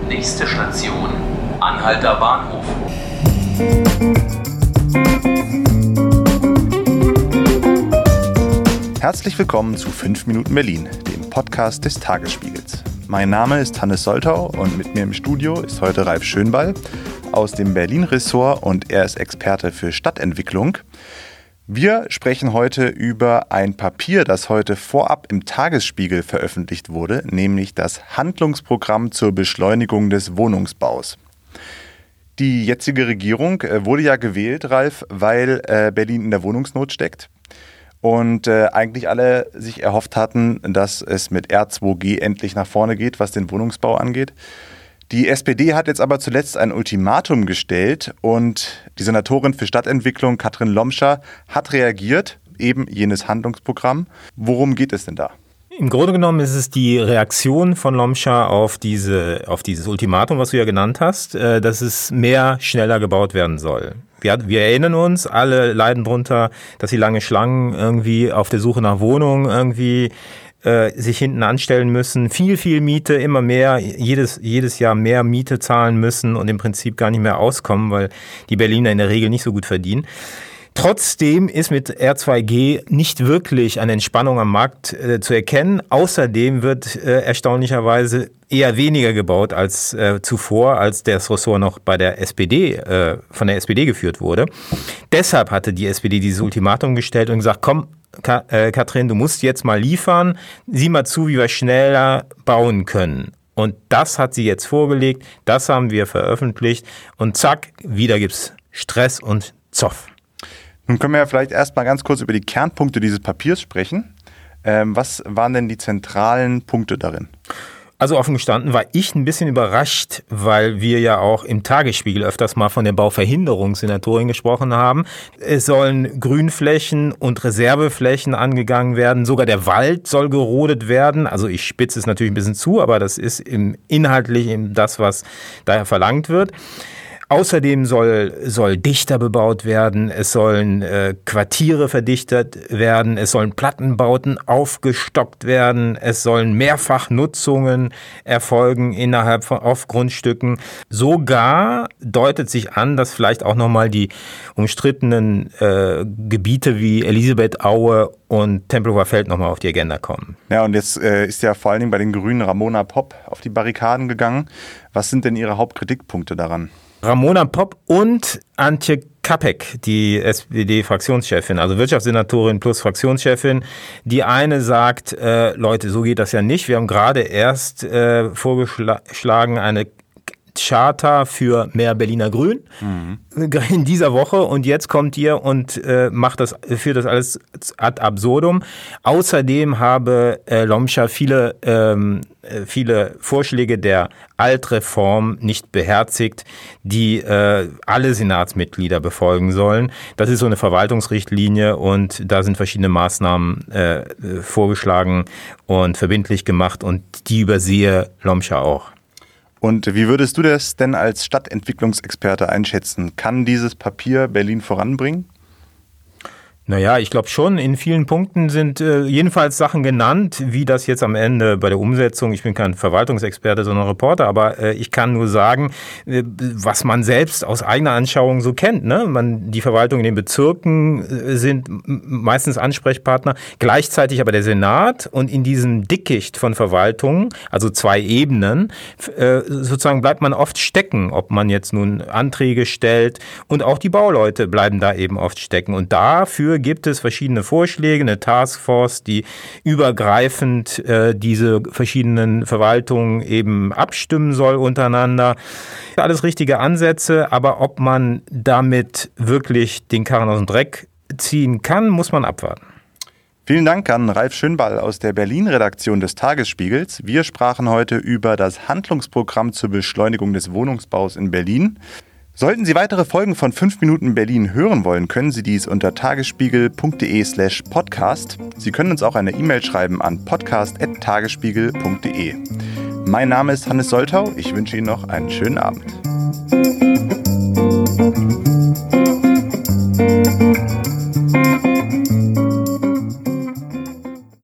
Nächste Station, Anhalter Bahnhof. Herzlich willkommen zu 5 Minuten Berlin, dem Podcast des Tagesspiegels. Mein Name ist Hannes Soltau und mit mir im Studio ist heute Ralf Schönball aus dem Berlin-Ressort und er ist Experte für Stadtentwicklung. Wir sprechen heute über ein Papier, das heute vorab im Tagesspiegel veröffentlicht wurde, nämlich das Handlungsprogramm zur Beschleunigung des Wohnungsbaus. Die jetzige Regierung wurde ja gewählt, Ralf, weil Berlin in der Wohnungsnot steckt und eigentlich alle sich erhofft hatten, dass es mit R2G endlich nach vorne geht, was den Wohnungsbau angeht. Die SPD hat jetzt aber zuletzt ein Ultimatum gestellt und die Senatorin für Stadtentwicklung Katrin Lomscher hat reagiert, eben jenes Handlungsprogramm. Worum geht es denn da? Im Grunde genommen ist es die Reaktion von Lomscher auf dieses Ultimatum, was du ja genannt hast, dass es schneller gebaut werden soll. Wir erinnern uns, alle leiden drunter, dass sie lange Schlangen irgendwie auf der Suche nach Wohnungen irgendwie sich hinten anstellen müssen, viel Miete, immer mehr, jedes Jahr mehr Miete zahlen müssen und im Prinzip gar nicht mehr auskommen, weil die Berliner in der Regel nicht so gut verdienen. Trotzdem ist mit R2G nicht wirklich eine Entspannung am Markt zu erkennen. Außerdem wird erstaunlicherweise eher weniger gebaut als zuvor, als das Ressort noch bei der SPD, von der SPD geführt wurde. Deshalb hatte die SPD dieses Ultimatum gestellt und gesagt, komm, Katrin, du musst jetzt mal liefern, sieh mal zu, wie wir schneller bauen können. Und das hat sie jetzt vorgelegt, das haben wir veröffentlicht und zack, wieder gibt's Stress und Zoff. Nun können wir ja vielleicht erstmal ganz kurz über die Kernpunkte dieses Papiers sprechen. Was waren denn die zentralen Punkte darin? Also offen gestanden war ich ein bisschen überrascht, weil wir ja auch im Tagesspiegel öfters mal von der Bauverhinderungssenatorin gesprochen haben. Es sollen Grünflächen und Reserveflächen angegangen werden. Sogar der Wald soll gerodet werden. Also ich spitze es natürlich ein bisschen zu, aber das ist inhaltlich das, was daher verlangt wird. Außerdem soll dichter bebaut werden, es sollen Quartiere verdichtet werden, es sollen Plattenbauten aufgestockt werden, es sollen Mehrfachnutzungen erfolgen auf Grundstücken. Sogar deutet sich an, dass vielleicht auch nochmal die umstrittenen Gebiete wie Elisabethaue und Tempelhofer Feld nochmal auf die Agenda kommen. Ja, und jetzt ist ja vor allen Dingen bei den Grünen Ramona Popp auf die Barrikaden gegangen. Was sind denn Ihre Hauptkritikpunkte daran? Ramona Popp und Antje Kapek, die SPD-Fraktionschefin, also Wirtschaftssenatorin plus Fraktionschefin. Die eine sagt, Leute, so geht das ja nicht. Wir haben gerade erst vorgeschlagen, eine Charta für mehr Berliner Grün in dieser Woche und jetzt kommt ihr und führt das alles ad absurdum. Außerdem habe Lomscher viele Vorschläge der Altreform nicht beherzigt, die alle Senatsmitglieder befolgen sollen. Das ist so eine Verwaltungsrichtlinie und da sind verschiedene Maßnahmen vorgeschlagen und verbindlich gemacht und die übersehe Lomscher auch. Und wie würdest du das denn als Stadtentwicklungsexperte einschätzen? Kann dieses Papier Berlin voranbringen? Naja, ich glaube schon, in vielen Punkten sind jedenfalls Sachen genannt, wie das jetzt am Ende bei der Umsetzung, ich bin kein Verwaltungsexperte, sondern Reporter, aber ich kann nur sagen, was man selbst aus eigener Anschauung so kennt. Ne? Die Verwaltung in den Bezirken sind meistens Ansprechpartner, gleichzeitig aber der Senat und in diesem Dickicht von Verwaltungen, also 2 Ebenen, sozusagen bleibt man oft stecken, ob man jetzt nun Anträge stellt und auch die Bauleute bleiben da eben oft stecken und dafür gibt es verschiedene Vorschläge, eine Taskforce, die übergreifend diese verschiedenen Verwaltungen eben abstimmen soll untereinander. Alles richtige Ansätze, aber ob man damit wirklich den Karren aus dem Dreck ziehen kann, muss man abwarten. Vielen Dank an Ralf Schönball aus der Berlin-Redaktion des Tagesspiegels. Wir sprachen heute über das Handlungsprogramm zur Beschleunigung des Wohnungsbaus in Berlin. Sollten Sie weitere Folgen von 5 Minuten Berlin hören wollen, können Sie dies unter tagesspiegel.de/podcast. Sie können uns auch eine E-Mail schreiben an podcast@tagesspiegel.de. Mein Name ist Hannes Soltau. Ich wünsche Ihnen noch einen schönen Abend.